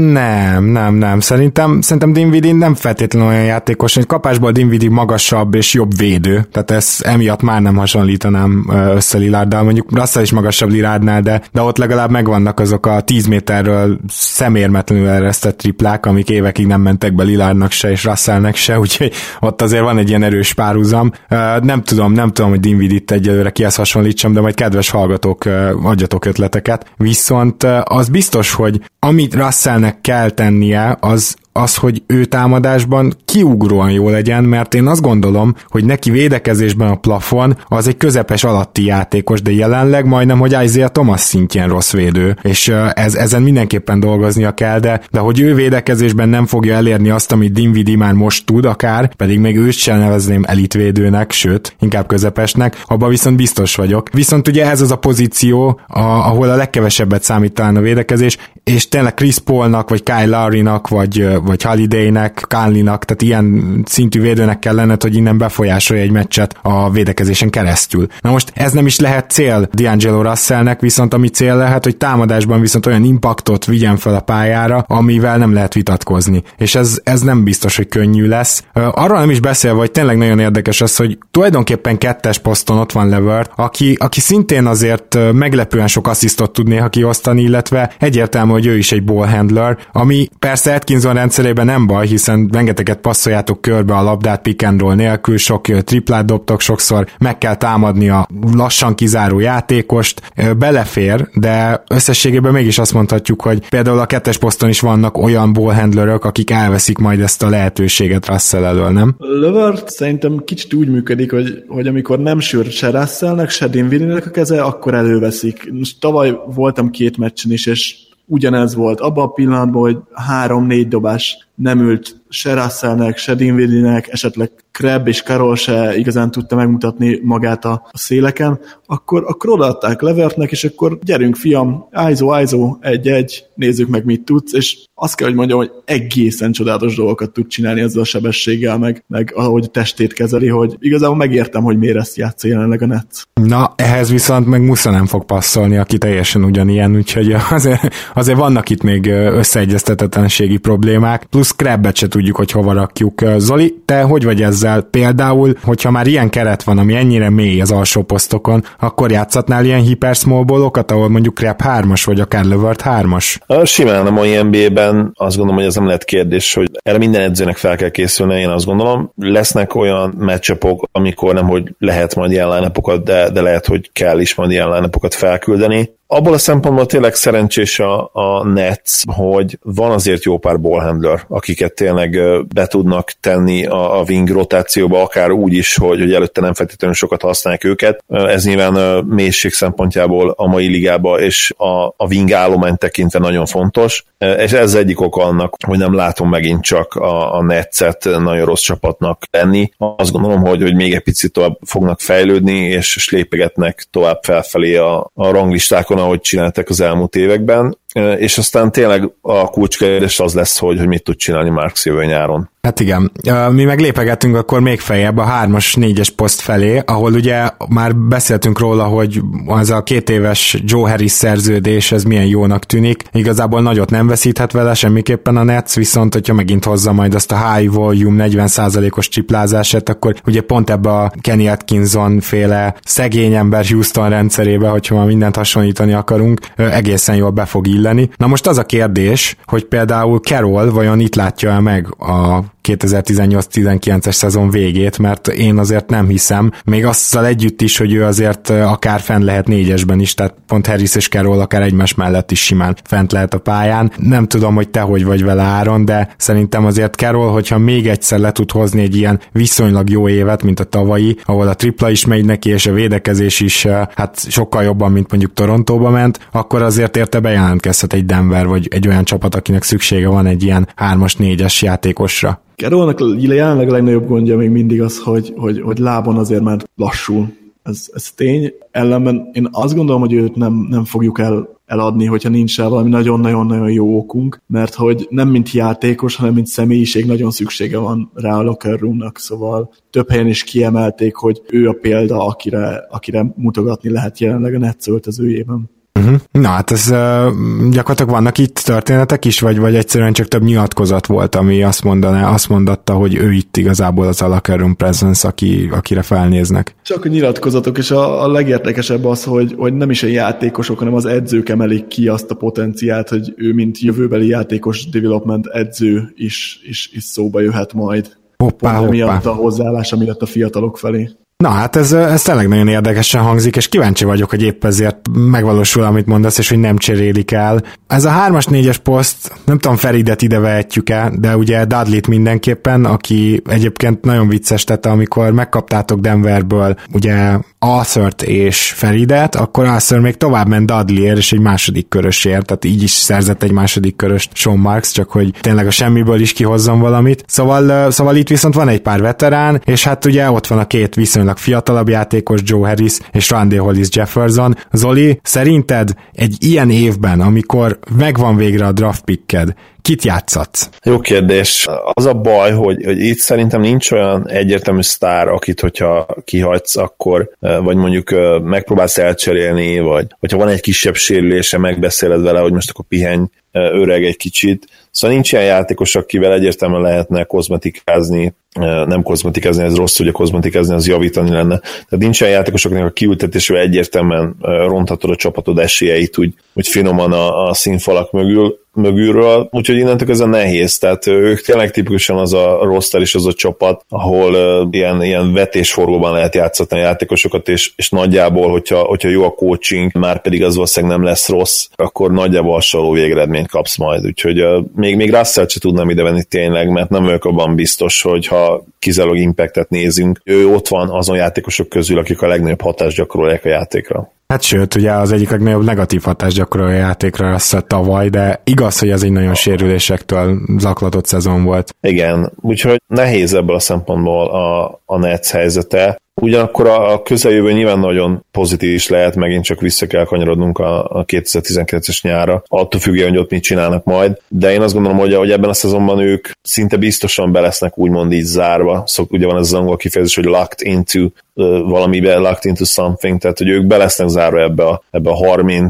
Nem. Szerintem Dinwiddie nem feltétlenül olyan játékos, hogy kapásból Dinwiddie magasabb és jobb védő, tehát ezt emiatt már nem hasonlítanám össze Lillarddal, mondjuk Russell is magasabb Lillardnál, de ott legalább megvannak azok a 10 méterről szemérmetlenül eresztett triplák, amik évekig nem mentek be Lillardnak se és Russellnek se, úgyhogy ott azért van egy ilyen erős párhuzam. Nem tudom, hogy Dinwiddie-t egyelőre kihez hasonlítsam, de majd kedves hallgatók, adjatok ötleteket. Viszont az biztos, hogy amit Russellnek kell tennie, az, hogy ő támadásban kiugróan jó legyen, mert én azt gondolom, hogy neki védekezésben a plafon az egy közepes alatti játékos, de jelenleg majdnem, hogy Isaiah Thomas szintjén rossz védő, és ezen mindenképpen dolgoznia kell, de hogy ő védekezésben nem fogja elérni azt, amit Dinwiddie már most tud akár, pedig még őt sem nevezném elitvédőnek, sőt, inkább közepesnek, abban viszont biztos vagyok. Viszont ugye ez az a pozíció, ahol a legkevesebbet számít talán a védekezés, és tényleg Chris Paulnak, vagy Kyle Lowry-nak, vagy Holidaynek, Conley-nak, tehát ilyen szintű védőnek kell lenned, hogy innen befolyásolja egy meccset a védekezésen keresztül. Na most ez nem is lehet cél D'Angelo Russellnek, viszont ami cél lehet, hogy támadásban viszont olyan impaktot vigyen fel a pályára, amivel nem lehet vitatkozni. És ez nem biztos, hogy könnyű lesz. Arról nem is beszélve, hogy tényleg nagyon érdekes az, hogy tulajdonképpen kettes poszton ott van Levert, aki szintén azért meglepően sok asszisztot tud néha kiosztani, illetve egyértelmű, hogy ő is egy ball handler, ami persze Atkinson rendszerében nem baj, hiszen rengeteget passzoljátok körbe a labdát pick and roll nélkül, sok triplát dobtok, sokszor meg kell támadni a lassan kizáró játékost, belefér, de összességében mégis azt mondhatjuk, hogy például a kettes poszton is vannak olyan ball handlerök, akik elveszik majd ezt a lehetőséget Russell elől, nem? Levert szerintem kicsit úgy működik, hogy amikor nem sűr se Russellnek, se Dinwiddie-nek a keze, akkor előveszik. Most tavaly voltam 2 meccsen is, és ugyanez volt. Abban a pillanatban, hogy 3-4 dobás nem ült se Russellnek, se Dinwiddie-nek, esetleg Crabbe és Carroll se igazán tudta megmutatni magát a széleken, akkor odaadták Levertnek, és akkor gyerünk fiam, ISO, 1-1, nézzük meg mit tudsz, és azt kell, hogy mondjam, hogy egészen csodálatos dolgokat tud csinálni ezzel a sebességgel, meg ahogy testét kezeli, hogy igazából megértem, hogy miért ezt játsza jelenleg a Nets. Na, ehhez viszont meg Musza nem fog passzolni, aki teljesen ugyanilyen, úgyhogy azért vannak itt még összeegyeztetetlenségi problémák, plusz Crabbet se tudjuk, hogy hova rakjuk. Zoli, te hogy vagy ezzel? Például, hogyha már ilyen keret van, ami ennyire mély az alsó posztokon, akkor játszhatnál ilyen hiper-small ballokat, ahol mondjuk Crabbe 3-as, vagy akár Levert 3-as? Simán a mai NBA-ben azt gondolom, hogy ez nem lehet kérdés, hogy erre minden edzőnek fel kell készülni, én azt gondolom. Lesznek olyan matchupok, amikor nem, hogy lehet majd ilyen line-upokat, de lehet, hogy kell is majd ilyen line-upokat felküldeni. Abból a szempontból tényleg szerencsés a Nets, hogy van azért jó pár ballhandler, akiket tényleg be tudnak tenni a wing rotációba, akár úgy is, hogy előtte nem feltétlenül sokat használják őket. Ez nyilván mélység szempontjából a mai ligába és a wing állomány tekintve nagyon fontos, és ez egyik oka annak, hogy nem látom megint csak a Netset nagyon rossz csapatnak lenni. Azt gondolom, hogy még egy picit tovább fognak fejlődni, és lépegetnek tovább felfelé a ranglistákon, ahogy csináltak az elmúlt években, és aztán tényleg a kulcskérdés az lesz, hogy mit tud csinálni Marks jövő nyáron. Hát igen, mi meg lépegettünk akkor még feljebb a 3-as, 4-es poszt felé, ahol ugye már beszéltünk róla, hogy az a 2 éves Joe Harris szerződés, ez milyen jónak tűnik. Igazából nagyot nem veszíthet vele semmiképpen a Nets, viszont hogyha megint hozza majd azt a high volume 40%-os triplázását, akkor ugye pont ebbe a Kenny Atkinson féle szegény ember Houston rendszerébe, hogyha már mindent hasonlítani akarunk, egészen jól be fog illeni. Na most az a kérdés, hogy például Carroll vajon itt látja meg a 2018-19-es szezon végét, mert én azért nem hiszem, még azzal együtt is, hogy ő azért akár fenn lehet 4-esben is, tehát pont Harris és Carroll akár egymás mellett is simán fent lehet a pályán. Nem tudom, hogy te hogy vagy vele, Áron, de szerintem azért Carroll, hogyha még egyszer le tud hozni egy ilyen viszonylag jó évet, mint a tavalyi, ahol a tripla is megy neki, és a védekezés is hát sokkal jobban, mint mondjuk Torontóba ment, akkor azért érte bejelentkezhet egy Denver, vagy egy olyan csapat, akinek szüksége van egy ilyen 3-as, 4-es játékosra. Carrollnak jelenleg a legnagyobb gondja még mindig az, hogy lábon azért már lassul. Ez tény. Ellenben én azt gondolom, hogy őt nem fogjuk eladni, hogyha nincs rá valami nagyon-nagyon-nagyon jó okunk, mert hogy nem mint játékos, hanem mint személyiség nagyon szüksége van rá a locker roomnak, szóval több helyen is kiemelték, hogy ő a példa, akire mutogatni lehet jelenleg a Nets öltözőjében. Na hát ez gyakorlatilag vannak itt történetek is, vagy egyszerűen csak több nyilatkozat volt, ami azt mondatta, hogy ő itt igazából az a locker room presence, akire felnéznek. Csak a nyilatkozatok, és a legértekesebb az, hogy nem is a játékosok, hanem az edzők emelik ki azt a potenciált, hogy ő mint jövőbeli játékos development edző is szóba jöhet majd. Hoppá. Miatt a hozzáállás, ami lett a fiatalok felé. Na hát ez tényleg nagyon érdekesen hangzik, és kíváncsi vagyok, hogy épp ezért megvalósul, amit mondasz, és hogy nem cserélik el. Ez a 3-as, 4-es poszt, nem tudom, Feridet ide vehetjük-e, de ugye Dudley-t mindenképpen, aki egyébként nagyon vicces tette, amikor megkaptátok Denverből ugye Arthurt és Feridet, akkor Arthur még tovább ment Dudleyért, és egy második körösért, tehát így is szerzett egy második köröst Sean Marks, csak hogy tényleg a semmiből is kihozzon valamit. Szóval itt viszont van egy pár veterán, és hát ugye ott van a két viszonylag fiatalabb játékos, Joe Harris és Rondé Hollis Jefferson. Zoli, szerinted egy ilyen évben, amikor megvan végre a draft picked, kit játszatsz? Jó kérdés. Az a baj, hogy itt szerintem nincs olyan egyértelmű sztár, akit, hogyha kihagysz, akkor vagy mondjuk megpróbálsz elcserélni, vagy hogyha van egy kisebb sérülése, megbeszéled vele, hogy most akkor pihenj, öreg egy kicsit. Szóval nincs ilyen játékos, akivel egyértelműen lehetne kozmetikázni, nem kozmetikázni, ez rossz, ugye kozmetikázni, az javítani lenne. Tehát nincs ilyen játékos, akinek a kiültetésével egyértelműen ronthatod a csapatod esélyeit úgy finoman a színfalak mögülről, úgyhogy innentől ez a nehéz, tehát ők tényleg tipikusan az a roster és az a csapat, ahol ilyen vetésforgóban lehet játszatni a játékosokat, és nagyjából, hogyha jó a coaching, már pedig az valószínűleg nem lesz rossz, akkor nagyjából hasonló végeredményt kapsz majd, úgyhogy még Russell-t se tudnám idevenni tényleg, mert nem vagyok abban biztos, hogy ha kizárólag impactet nézünk, ő ott van azon játékosok közül, akik a legnagyobb hatást gyakorolják a játékra. Hát sőt, ugye az egyik legnagyobb negatív hatást gyakorol a játékra lesz tavaly, de igaz, hogy ez egy nagyon sérülésektől zaklatott szezon volt. Igen, úgyhogy nehéz ebből a szempontból a Nets helyzete. Ugyanakkor a közeljövő nyilván nagyon pozitív is lehet, megint csak vissza kell kanyarodnunk a 2019-es nyára, attól függően, hogy ott mit csinálnak majd, de én azt gondolom, hogy ebben a szezonban ők szinte biztosan be lesznek úgymond így zárva, ugye van ez az angol kifejezés, hogy locked into valamibe, locked into something, tehát hogy ők be lesznek zárva ebbe a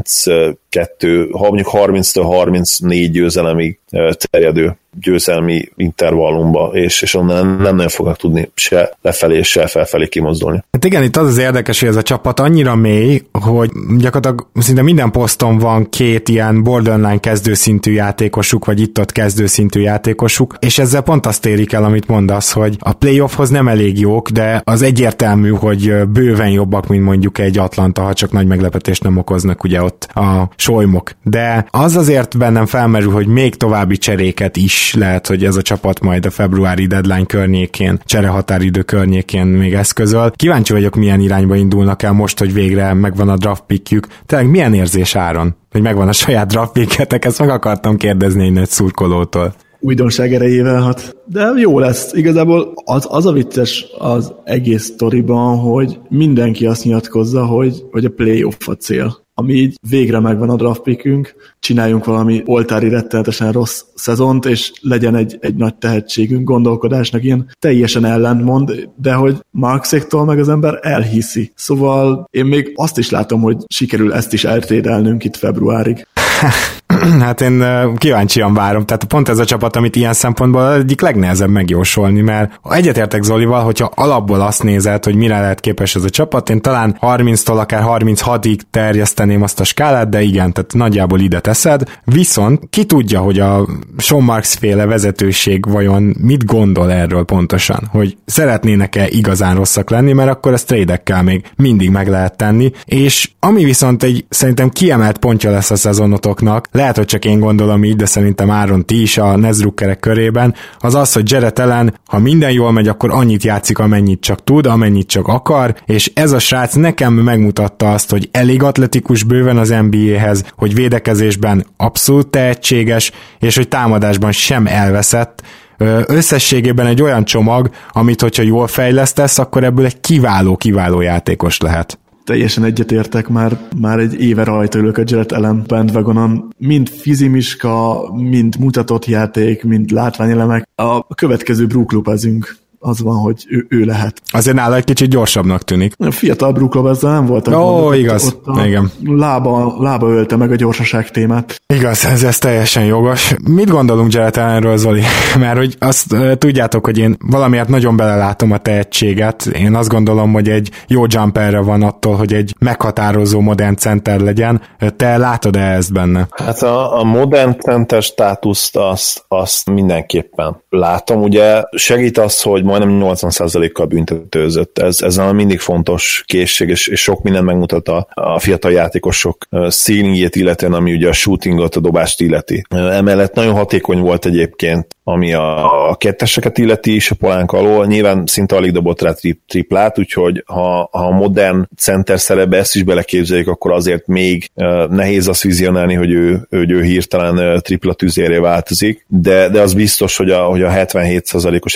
32, mondjuk 30-től 34 győzelemig terjedő győzelmi intervallumba, és onnan nem nagyon fognak tudni se lefelé, se felfelé kimozdulni. Hát igen, itt az érdekes, hogy ez a csapat annyira mély, hogy gyakorlatilag szinte minden poszton van két ilyen borderline kezdőszintű játékosuk, vagy itt-ott kezdőszintű játékosuk, és ezzel pont azt érik el, amit mondasz, hogy a playoffhoz nem elég jók, de az egyértelmű, hogy bőven jobbak, mint mondjuk egy Atlanta, ha csak nagy meglepetést nem okoznak ugye ott a solymok. De az azért bennem felmerül, hogy még további cseréket is lehet, hogy ez a csapat majd a februári deadline környékén, cserehatáridő környékén még eszközöl. Kíváncsi vagyok, milyen irányba indulnak el most, hogy végre megvan a draft pickjük. Tényleg milyen érzés, Áron, hogy megvan a saját draft picketek? Ezt meg akartam kérdezni egy nagy szurkolótól. Újdonság erejével hat. De jó lesz. Igazából az a vicces az egész sztoriban, hogy mindenki azt nyilatkozza, hogy a playoff a cél. Ami így végre megvan a draft pickünk, csináljunk valami oltári rettenetesen rossz szezont, és legyen egy nagy tehetségünk, gondolkodásnak ilyen teljesen ellentmond, de hogy Markséktól meg az ember elhiszi. Szóval én még azt is látom, hogy sikerül ezt is eltrédelnünk itt februárig. Hát én kíváncsian várom, tehát pont ez a csapat, amit ilyen szempontból egyik legnehezebb megjósolni, mert egyetértek Zolival, hogyha alapból azt nézed, hogy mire lehet képes ez a csapat, én talán 30-tól akár 36-ig terjeszteném azt a skálát, de igen, tehát nagyjából ide teszed, viszont ki tudja, hogy a Sean Marks féle vezetőség vajon mit gondol erről pontosan, hogy szeretnének-e igazán rosszak lenni, mert akkor ezt trade-ekkel még mindig meg lehet tenni, és ami viszont egy szerintem kiemelt pontja lesz a szezonotoknak, lehet, hogy csak én gondolom így, de szerintem Áron, ti is a Nesrukkerek körében, az az, hogy Jarrett Allen, ha minden jól megy, akkor annyit játszik, amennyit csak tud, amennyit csak akar, és ez a srác nekem megmutatta azt, hogy elég atletikus bőven az NBA-hez, hogy védekezésben abszolút tehetséges, és hogy támadásban sem elveszett. Összességében egy olyan csomag, amit hogyha jól fejlesztesz, akkor ebből egy kiváló játékos lehet. Teljesen egyetértek, már egy éve rajta ülök a Jarrett Allen bandwagonon. Mind fizimiska, mind mutatott játék, mind látványelemek. A következő Brook Lopezünk az van, hogy ő lehet. Azért nála egy kicsit gyorsabbnak tűnik. A fiatal Brook Lopezzel nem voltak. Igaz. Igen. Lába ölte meg a gyorsaság témát. Igaz, ez teljesen jogos. Mit gondolunk Jarrett Allenről, Zoli? Mert hogy azt tudjátok, hogy én valamiért nagyon belelátom a tehetséget. Én azt gondolom, hogy egy jó jumperre van attól, hogy egy meghatározó modern center legyen. Te látod-e ezt benne? Hát a modern center státuszt azt mindenképpen látom. Ugye segít az, hogy majdnem 80%-kal büntetőzött. Ez mindig fontos készség, és sok minden megmutat a fiatal játékosok ceilingjét illetően, ami ugye a shootingot, a dobást illeti. Emellett nagyon hatékony volt egyébként, ami a ketteseket illeti is a palánk alól. Nyilván szinte alig dobott rá triplát, úgyhogy ha a modern center szerepbe ezt is beleképzeljük, akkor azért még nehéz azt vizionálni, hogy ő hirtelen tripla tüzérré változik, de az biztos, hogy a 77%-os,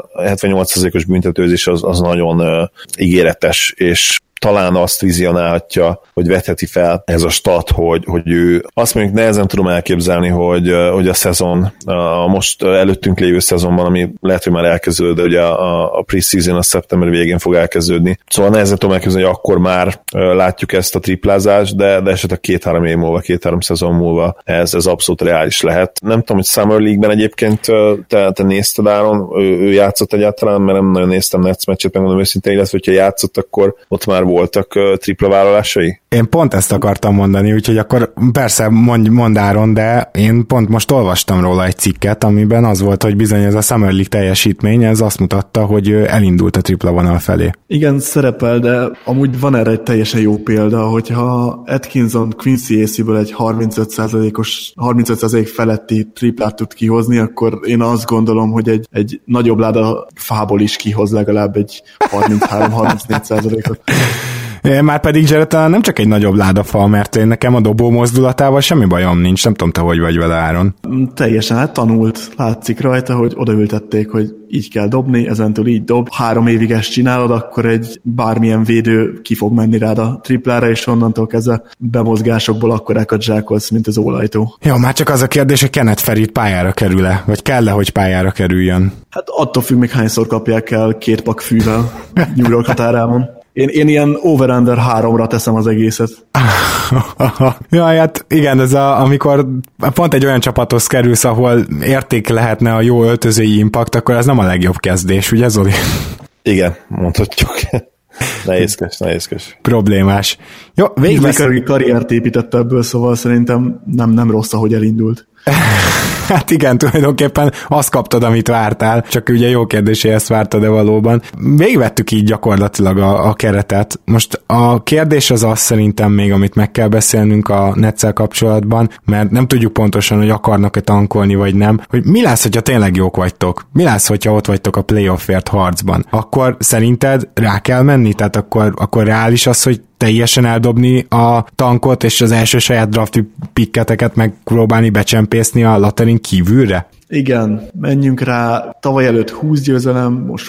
78%-os büntetőzés az nagyon ígéretes, és talán azt vizionálhatja, hogy vetheti fel ez a stat, hogy ő azt mondjuk nehezen tudom elképzelni, hogy a szezon, a most előttünk lévő szezonban, ami lehet, hogy már elkezdődött, de ugye a preseason a szeptember végén fog elkezdődni. Szóval nehezen tudom elképzelni, hogy akkor már látjuk ezt a triplázást, de esetleg 2-3 év múlva, 2-3 szezon múlva ez abszolút reális lehet. Nem tudom, hogy Summer League-ben egyébként te nézted, Áron, ő játszott egyáltalán, mert nem nagyon néztem Nets meccset, megmondom őszintén, illetve hogyha játszott, akkor ott már voltak tripla vállalásai? Én pont ezt akartam mondani, úgyhogy akkor persze mondd Áron, de én pont most olvastam róla egy cikket, amiben az volt, hogy bizony ez a Summer League teljesítmény, ez azt mutatta, hogy elindult a tripla vonal felé. Igen, szerepel, de amúgy van erre egy teljesen jó példa, hogyha Atkinson Quincy Acey-ből egy 35% feletti triplát tud kihozni, akkor én azt gondolom, hogy egy nagyobb láda fából is kihoz legalább egy 33-34%-ot. Már pedig Jarrett nem csak egy nagyobb ládafal, mert én nekem a dobó mozdulatával semmi bajom nincs, nem tudom, te hogy vagy vele, Áron. Teljesen, hát tanult, látszik rajta, hogy odaültették, hogy így kell dobni, ezentől így dob. 3 évig ezt csinálod, akkor egy bármilyen védő ki fog menni rád a triplára, és onnantól kezdve bemozgásokból akkorákat zsákolsz, mint az ólajtó. Jó, már csak az a kérdés, hogy Kenneth Faried pályára kerül-e, vagy kell-e, hogy pályára kerüljön? Hát attól függ, még hányszor kapják el 2 pak fűvel New York határában. Én ilyen over-under 3-ra teszem az egészet. Jaj, hát igen, ez amikor pont egy olyan csapathoz kerülsz, ahol érték lehetne a jó öltözői impact, akkor ez nem a legjobb kezdés, ugye Zoli? Igen, mondhatjuk. Nehézkes. Problémás. Jó, végig karriert épített ebből, szóval szerintem nem rossz, ahogy elindult. Hát igen, tulajdonképpen azt kaptad, amit vártál, csak ugye jó kérdés, hogy ezt vártad-e valóban. Végigvettük így gyakorlatilag a keretet. Most a kérdés az szerintem még, amit meg kell beszélnünk a Netszel kapcsolatban, mert nem tudjuk pontosan, hogy akarnak-e tankolni, vagy nem, hogy mi lesz, hogyha tényleg jók vagytok? Mi lesz, hogyha ott vagytok a playoffért harcban? Akkor szerinted rá kell menni? Tehát akkor reális az, hogy teljesen eldobni a tankot, és az első saját drafti picketeket megpróbálni becsempészni a laterin kívülre? Igen, menjünk rá. Tavaly előtt 20 győzelem, most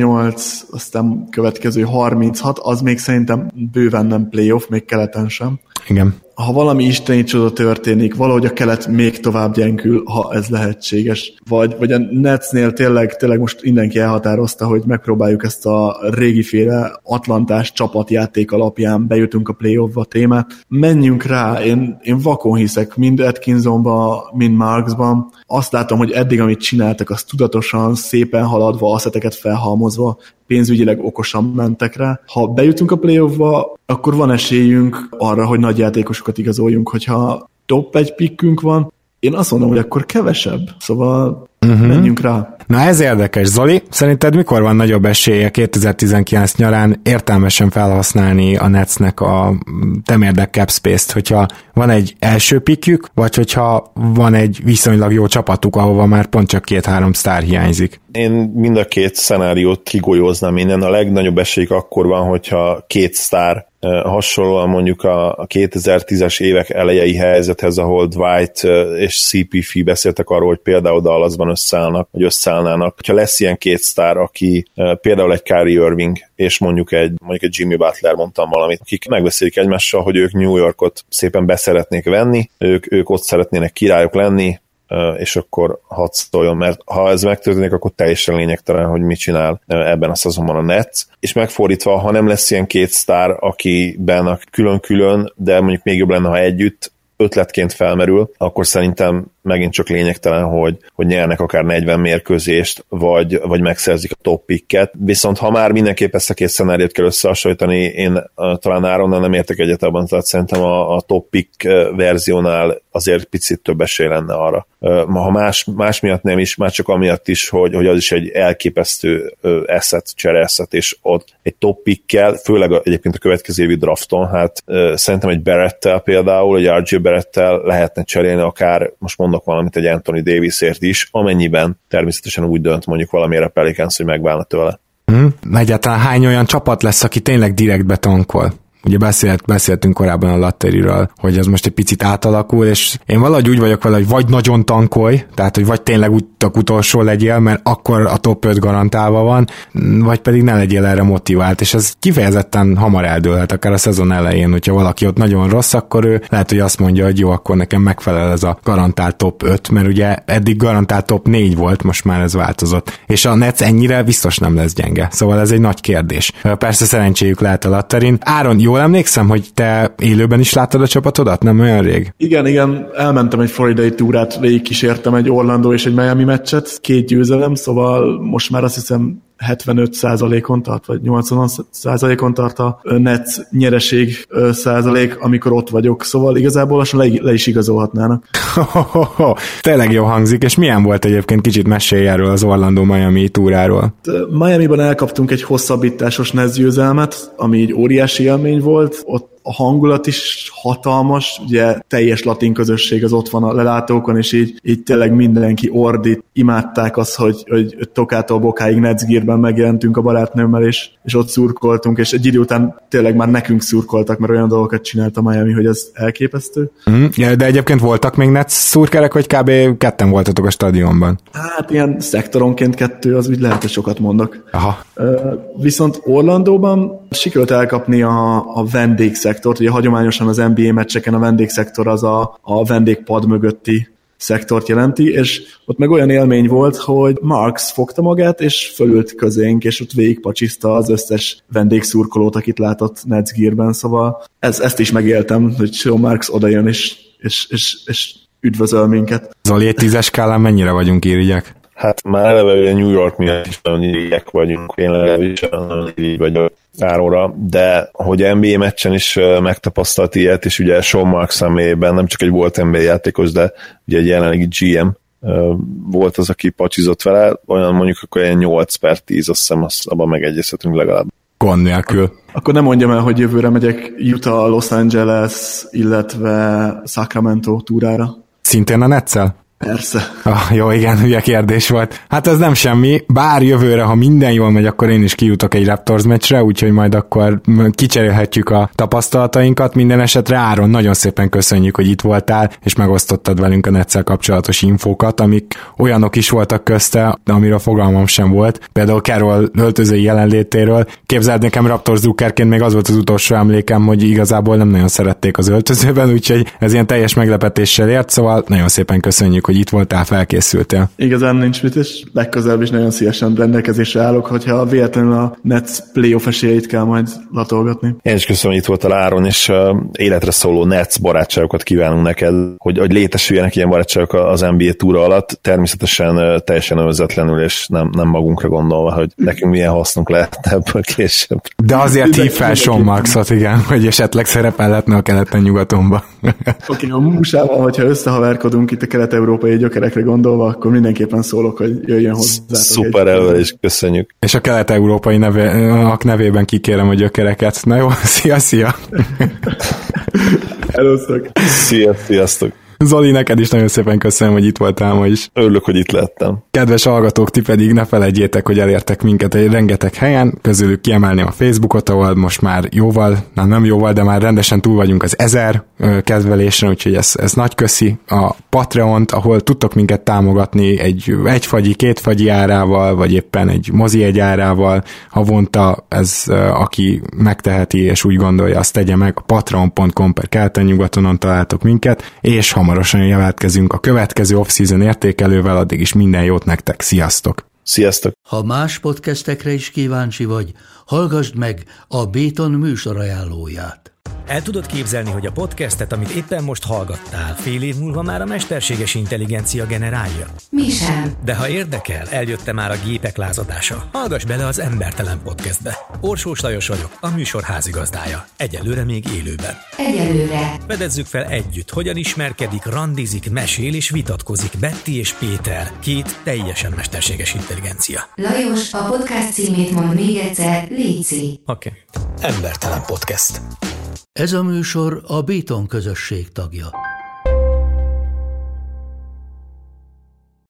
28, aztán következő 36, az még szerintem bőven nem playoff, még keleten sem. Igen. Ha valami isteni csoda történik, valahogy a kelet még tovább gyengül, ha ez lehetséges. Vagy a Netsnél tényleg most mindenki elhatározta, hogy megpróbáljuk ezt a régiféle atlantás csapatjáték alapján bejutunk a playoffba témát. Menjünk rá, én vakon hiszek mind Atkinsonba, mind Marksban. Azt látom, hogy eddig, amit csináltak, az tudatosan, szépen haladva, asszeteket felhalmozva, pénzügyileg okosan mentek rá. Ha bejutunk a playoffba, akkor van esélyünk arra, hogy nagy játékosokat igazoljunk, hogyha top 1 pickünk van, én azt mondom, hogy akkor kevesebb. Szóval menjünk rá. Na ez érdekes. Zoli, szerinted mikor van nagyobb esélye 2019 nyarán értelmesen felhasználni a Netsnek a temérdek cap space-t, hogyha van egy első pickjük, vagy hogyha van egy viszonylag jó csapatuk, ahova már pont csak 2-3 sztár hiányzik? Én mind a két szenáriót kigolyóznám innen. A legnagyobb esélyük akkor van, hogyha 2 sztár, hasonlóan mondjuk a 2010-es évek elejei helyzethez, ahol Dwight és CP3 beszéltek arról, hogy például Dallasban összeállnának. Ha lesz ilyen 2 sztár, aki például egy Kyrie Irving, és mondjuk egy Jimmy Butler, mondtam valamit, akik megbeszélik egymással, hogy ők New Yorkot szépen beszeretnék venni, ők ott szeretnének királyok lenni, és akkor hadd szóljon, mert ha ez megtörténik, akkor teljesen lényegtelen, hogy mit csinál ebben a szezonban a Nets. És megfordítva, ha nem lesz ilyen 2 sztár, akiben a külön-külön, de mondjuk még jobb lenne, ha együtt ötletként felmerül, akkor szerintem megint csak lényegtelen, hogy nyernek akár 40 mérkőzést, vagy megszerzik a top picket. Viszont ha már mindenképp ezt a 2 szenáriót kell összehasonlítani, én talán Áronnal nem értek egyet abban, tehát szerintem a top pick verziónál azért picit több esély lenne arra. Ha más miatt nem is, már csak amiatt is, hogy az is egy elképesztő csereasset, és ott egy top pickkel, főleg egyébként a következő évi drafton, hát szerintem egy Barrettel például, egy RJ Barrettel lehetne cserélni akár, most mondok valamit, egy Anthony Davisért is, amennyiben természetesen úgy dönt mondjuk valamire Pelicans, hogy megválna tőle. Egyáltalán hány olyan csapat lesz, aki tényleg direkt betankol? Ugye beszéltünk korábban a Latteriről, hogy az most egy picit átalakul, és én valahogy úgy vagyok vele, hogy vagy nagyon tankolj, tehát hogy vagy tényleg utolsó legyél, mert akkor a top 5 garantálva van, vagy pedig ne legyél erre motivált, és ez kifejezetten hamar eldőlhet, akár a szezon elején, hogyha valaki ott nagyon rossz, akkor ő lehet, hogy azt mondja, hogy jó, akkor nekem megfelel ez a garantált top 5, mert ugye eddig garantált top 4 volt, most már ez változott. És a Nets ennyire biztos nem lesz gyenge. Szóval ez egy nagy kérdés. Persze szerencséjük lehet a Latterin. Áron, jól emlékszem, hogy te élőben is láttad a csapatodat? Nem olyan rég? Igen, elmentem egy floridai túrát, végigkísértem egy Orlando és egy Miami meccset, 2 győzelem, szóval most már azt hiszem 75%-on tart, vagy 80%-on tart a Nets nyereség százalék, amikor ott vagyok, szóval igazából lassan le is igazolhatnának. Tényleg jó hangzik, és milyen volt egyébként, kicsit mesélj erről az Orlando-Miami túráról? Miamiban elkaptunk egy hosszabbításos Nets győzelmet, ami egy óriási élmény volt, ott a hangulat is hatalmas, ugye teljes latin közösség az ott van a lelátókon, és így tényleg mindenki ordít, imádták azt, hogy Tokától Bokáig Nets Gearben megjelentünk a barátnőmmel, és ott szurkoltunk, és egy idő után tényleg már nekünk szurkoltak, mert olyan dolgokat csinált a Miami, hogy ez elképesztő. De egyébként voltak még Nets szurkerek, vagy kb. 2 voltatok a stadionban? Hát ilyen szektoronként 2, az úgy lehet, hogy sokat mondok. Aha. Viszont Orlandóban sikerült elkapni a vendégszektort, ugye hagyományosan az NBA meccseken a vendégszektor az a vendégpad mögötti szektort jelenti, és ott meg olyan élmény volt, hogy Marks fogta magát, és fölült közénk, és ott végigpacsiszta az összes vendégszurkolót, akit látott Nets Gearben, szóval ezt is megéltem, hogy Sean Marks odajön, és üdvözöl minket. Zoli, egy 10-es skálán mennyire vagyunk irigyek? Hát már eleve New York miatt is nagyon irigyek vagyunk, én legalábbis nagyon irigy vagyok Áronra, de hogy NBA meccsen is megtapasztalt ilyet, és ugye Sean Marks személyében nem csak egy volt NBA játékos, de ugye egy jelenlegi GM volt az, aki pacsizott vele, olyan mondjuk akkor ilyen 8/10, azt hiszem, abban megegyezhetünk legalább. Gond nélkül. Akkor nem mondjam el, hogy jövőre megyek Utah, Los Angeles, illetve Sacramento túrára. Szintén a Netszel? Persze. Jó, igen, hülye kérdés volt. Hát ez nem semmi, bár jövőre, ha minden jól megy, akkor én is kijutok egy Raptors meccsre, úgyhogy majd akkor kicserélhetjük a tapasztalatainkat. Minden esetre Áron, nagyon szépen köszönjük, hogy itt voltál, és megosztottad velünk a Netszel kapcsolatos infókat, amik olyanok is voltak közte, amiről fogalmam sem volt. Például Carroll öltözői jelenlétéről. Képzeld, nekem Raptors drukkerként még az volt az utolsó emlékem, hogy igazából nem nagyon szerették az öltözőben, úgyhogy ez ilyen teljes meglepetéssel ért, szóval nagyon szépen köszönjük, hogy itt voltál, felkészültél. Igazán nincs mit, és legközelebb is nagyon szívesen rendelkezésre állok, hogyha véletlenül a Nets playoff esélyeit kell majd latolgatni. Én is köszönöm, hogy itt voltál, Áron, és életre szóló Nets barátságokat kívánunk neked, hogy létesüljenek ilyen barátságok az NBA túra alatt, természetesen teljesen önzetlenül, és nem magunkra gondolva, hogy nekünk milyen hasznunk lehet ebből később. De azért hív fel Sean Marksot, igen, hogy esetleg szerepelhetne a keleten-nyugatonba. Oké, a Musával, hogyha összehaverkodunk itt a kelet-európai gyökerekre gondolva, akkor mindenképpen szólok, hogy jöjjön hozzá. Szuper, elvel is köszönjük. És a kelet-európai nevében kikérem a gyökereket. Na jó, szia! Elosztok! Sziasztok! Zoli, neked is nagyon szépen köszönöm, hogy itt voltál ma is. Örülök, hogy itt lettem. Kedves hallgatók, ti pedig ne felejtjétek, hogy elértek minket egy rengeteg helyen, közülük kiemelném a Facebookot, ahol most már nem jóval, de már rendesen túl vagyunk az 1000 kedvelésen, úgyhogy ez nagy köszi. A Patreont, ahol tudtok minket támogatni egy fagyi, 2 fagyi árával, vagy éppen egy mozi egy árával havonta, ez aki megteheti és úgy gondolja, azt tegye meg, a patreon.com/keleten-nyugatonon találtok minket, és hamarosan jelentkezünk a következő off-season értékelővel, addig is minden jót nektek, sziasztok! Sziasztok! Ha más podcastekre is kíváncsi vagy, hallgassd meg a Béton műsor ajánlóját. El tudod képzelni, hogy a podcastet, amit éppen most hallgattál, fél év múlva már a mesterséges intelligencia generálja? Mi sem. De ha érdekel, eljött már a gépek lázadása. Hallgass bele az Embertelen Podcastbe. Orsós Lajos vagyok, a műsor házigazdája. Egyelőre még élőben. Egyelőre. Fedezzük fel együtt, hogyan ismerkedik, randizik, mesél és vitatkozik Betty és Péter, 2 teljesen mesterséges intelligencia. Lajos, a podcast címét mond még egyszer, léci. Oké. Embertelen Podcast. Ez a műsor a Béton közösség tagja.